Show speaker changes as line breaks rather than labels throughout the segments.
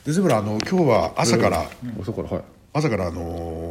でゼブラ今日は朝から、
はい、
朝からなん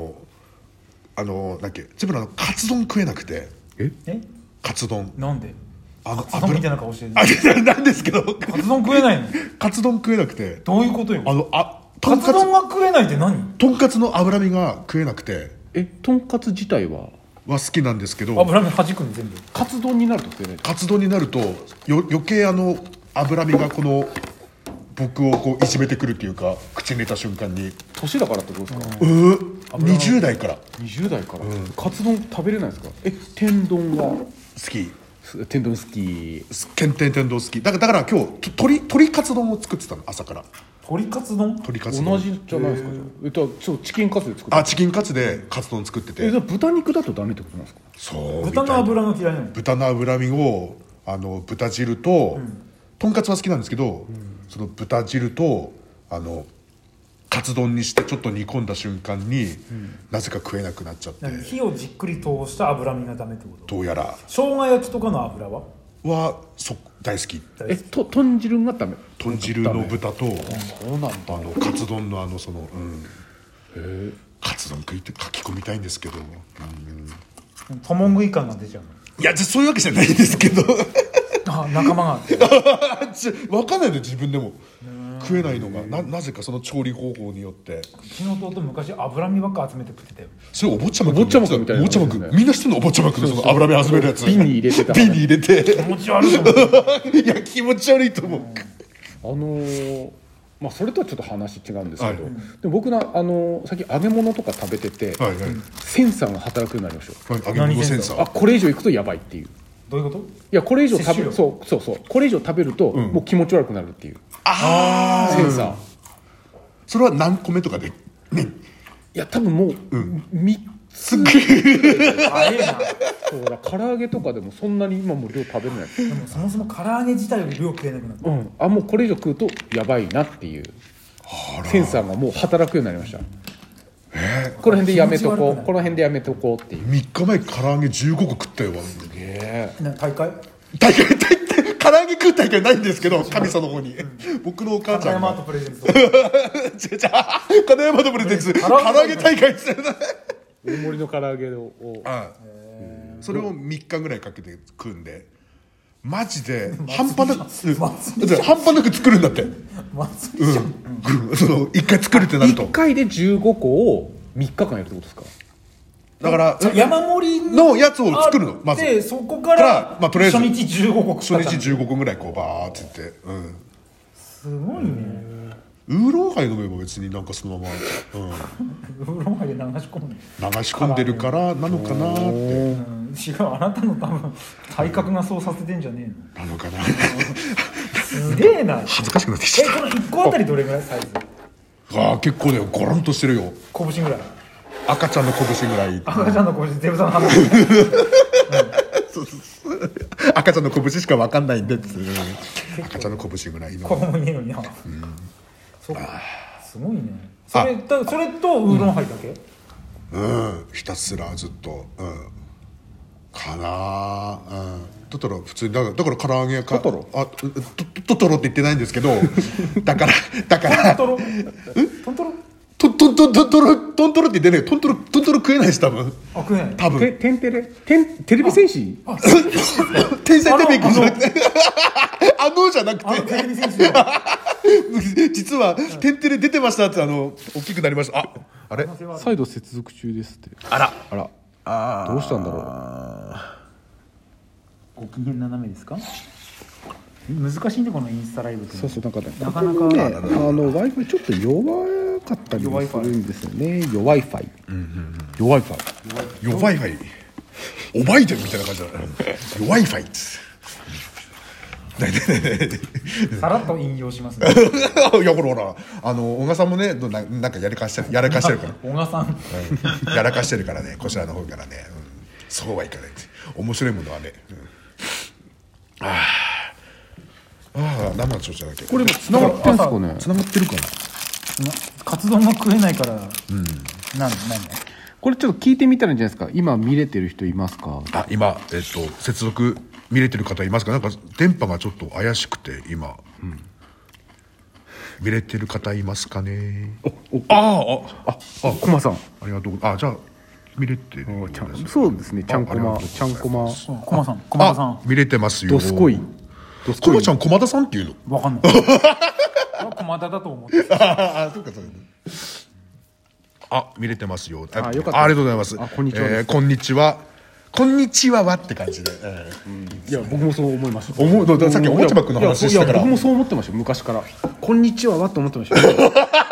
だっけゼブラカツ丼食えなくて。カツ丼
なんで
カ
ツ丼みたいな顔してる。
なんですけど
カツ丼食えないの。
カツ丼食えなくて。
どういうことよ。
カ
ツ丼が食えないって何。
とんかつの脂身が食えなくて。
とんかつ自体は
好きなんですけど、
脂身弾くの全部。
カツ丼になると食えない。
カツ丼になると余計脂身がこの僕をこういじめてくるっていうか、口に入れた瞬間に。
年だからってことですか。
20代から。
20代から、カツ丼食べれないですか。天丼が
好き。
天丼好き。
天丼好き。だから今日鶏カツ丼を作ってたの、朝から。
鶏カツ丼。
同じじゃないですか。そうチキンカツで作って。
チキンカツでカツ丼作ってて。
豚肉だとダメってことなんですか。
そう。
豚の脂が嫌いなの。
豚の脂身を豚汁と、とんかつは好きなんですけど、その豚汁とカツ丼にしてちょっと煮込んだ瞬間に、なぜか食えなくなっちゃって。
火をじっくり通した脂身がダメってこと。
どうやら
生姜焼きとかの油は
大好き。
豚汁がダメ。
豚汁の豚と、
そうなんだ。
カツ丼のカツ丼食いて書き込みたいんですけど、
トモン食い感が出ちゃうの。
いやそういうわけじゃないんですけど
仲間が
分かんないで自分でも食えないのがなぜかその調理方法によって。
うちの弟昔脂身ばっか集めて食ってたよ。
それお坊ちゃまく
みたいな。
みんな知ってんの。お坊ちゃまくのその脂身集めるやつ
瓶に入れてた。
瓶に入れて
気持ち悪いと思う。
いや気持ち悪いと思う。
それとはちょっと話違うんですけど、で僕最近揚げ物とか食べてて、センサーが働くようになりましたよ。
揚げ物センサー。
これ以上いくとやばいっていう。
どういうこと。
いやこれ以上食べる。そうこれ以上食べると、もう気持ち悪くなるっていう。センサー。
それは何個目とかで。い
や多分もう3つ。
早いな。
そうだ、唐揚げとかでもそんなに今も量食べれない。
でもそもそも唐揚げ自体より量食えなくなった。
もうこれ以上食うとやばいなっていうセンサーがもう働くようになりました。この辺でやめとこう、この辺でやめとこうっていう。
3日前唐揚げ15個食ったよ。
すげえ。
大会
唐揚げ食う大会ないんですけど、神様の方に僕のお母ちゃんが
金山とプレゼンツ
金山とプレゼンツ唐揚げ大会ですよね。
大盛りの唐揚げを
それを3日ぐらいかけて食うんで、マジで半端なく作るんだって。1回作るってなると
1回で15個を3日間やるってことですか。
だから
山盛り
のやつを作るのまず。
でそこから
とりあえず
初日15個
初日15個ぐらいこうバーって言って、
すごいね。
ウーロンハイ飲めば別になんかそのまま、
ウーロンハイで流し込む
流し込んでるからなのかなって。
違う、あなたの多分体格がそうさせてんじゃねえの。
なのかな。
すげえな。
恥ずかしくなってきちゃった。
この1個あたりどれぐらいサイズ。
結構だよ、ゴロンとしてるよ。
拳ぐらい。
赤ちゃんの拳ぐらい。
赤ちゃんの拳、デブさんの話。
赤ちゃんの拳しか分かんないんで、赤ちゃんの拳ぐらいの。
子供いねえのにな。そうか、すごいね。それとウーロンハイだけ。
ひたすらずっとかな。トトロ普通にだから唐揚げかトトロって言ってないんですけど、だから
トントロ
トントロって言ってね、トントロ食えないし多分。
食えない。
多分。
テレビ戦士？
天才テレビじゃなくて、じゃなくて、
テレビ戦士。
実は天テレ出てましたって大きくなりました。あれ？
再度接続中ですって。
あら。
どうしたんだろ
う。ご機嫌斜めですか？難しいねこのインスタライブって。
そうなんかね。
なかなか
ねWi-Fi ちょっと弱かったりするんですよね。弱 Wi-Fi。弱
Wi-Fi。おバイデンみたいな感じだ。弱 Wi-Fi。
さらっと引用しますね。
いやほら小賀さんもねなんかやらかしてるから
小賀さん
やらかしてるからね、こちらの方からね、そうはいかないって。面白いものはね、生の調子じゃなきゃ。
これつながってんすかね。
つながってるかな。
カツ丼が食えないから。何
これちょっと聞いてみたらいいんじゃないですか。今見れてる人いますか。
今接続見れてる方いますか。なんか電波がちょっと怪しくて今、 見れてる方いますかね。
コマさん。
ありがとう。じゃあ見れてる。
そうですね。ちゃんこま。
コマさん、駒田さん。
見れてますよ。
どすこい。
コマちゃん駒田さんっていうの。
わかんない。駒田だと思って。
そうかそうか。見れてますよ。
よかった。
ありがとうございます。
こんにちは。
こんにちは。こんにちははって感じで。
いや僕もそう思いました。
さっきおもちゃ箱の話したから。
僕もそう思ってましたよ昔から。こんにちははって思ってましたよ。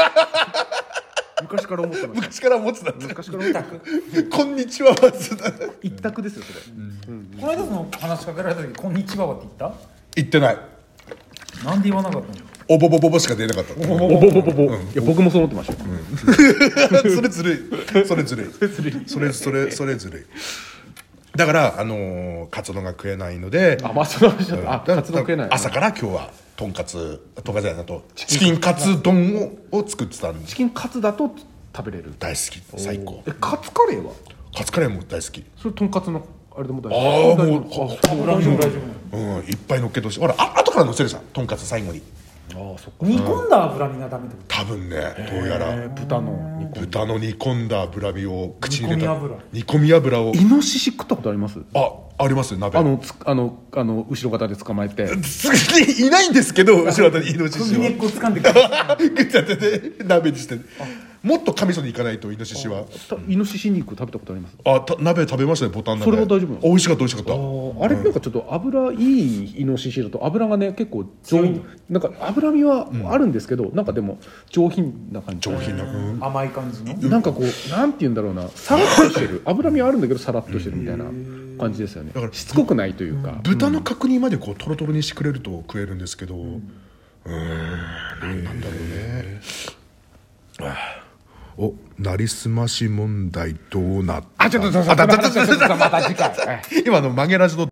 昔から思ってました。
昔から思ってた。
昔から思ってた。
こんにちはは
一択ですよそれ。
この間の話しかけられた時こんにちははって言った？
言ってない。
なんで言わなかったの？
おぼぼぼぼしか出なかった。
いや僕もそう思ってましたよ。
それずるい。それずるい。だからカツ丼が食えないので、
カツ丼食えない。
朝から今日はとんかつじゃないとチキンカツ丼を作ってたんで。
チキンカツだと食べれる。
大好き、最高。
カツカレーは？
カツカレーも大好き。
それとんかつのあれでも大丈夫？
大丈夫。
いっぱい乗っけてほしい。ほら後から乗せるじゃん、とんかつ最後に。
煮込んだ脂身がダメってこと？
多分ね、どうやら
豚の
煮込んだ脂身を口に入れた
煮込み油。
煮込み油を。
イノシシ食ったことあります？
あります鍋。
後ろ方で捕まえて
いないんですけど、後ろ方にイノシシを
首根っこ掴んで
ぐちゃってて鍋にして。もっと神そに行かないとイノシシは。
イノシシ肉食べたことあります？
鍋食べましたね、ボタン鍋。
それは大丈夫？
美味しかった。
あれなんかちょっと脂いいイノシシだと脂がね結構なんか脂身はあるんですけど、なんかでも上品な感じ。
甘い感じの。
なんかこうなんて言うんだろうな、サラッとしてる。脂身はあるんだけどサラッとしてるみたいな感じですよね。だからしつこくないというか。
豚の角煮までこうトロトロにしてくれると食えるんですけど、なんだろうね。なりすまし問題どうなった？
ちょっとまた次回。
今の曲げラジの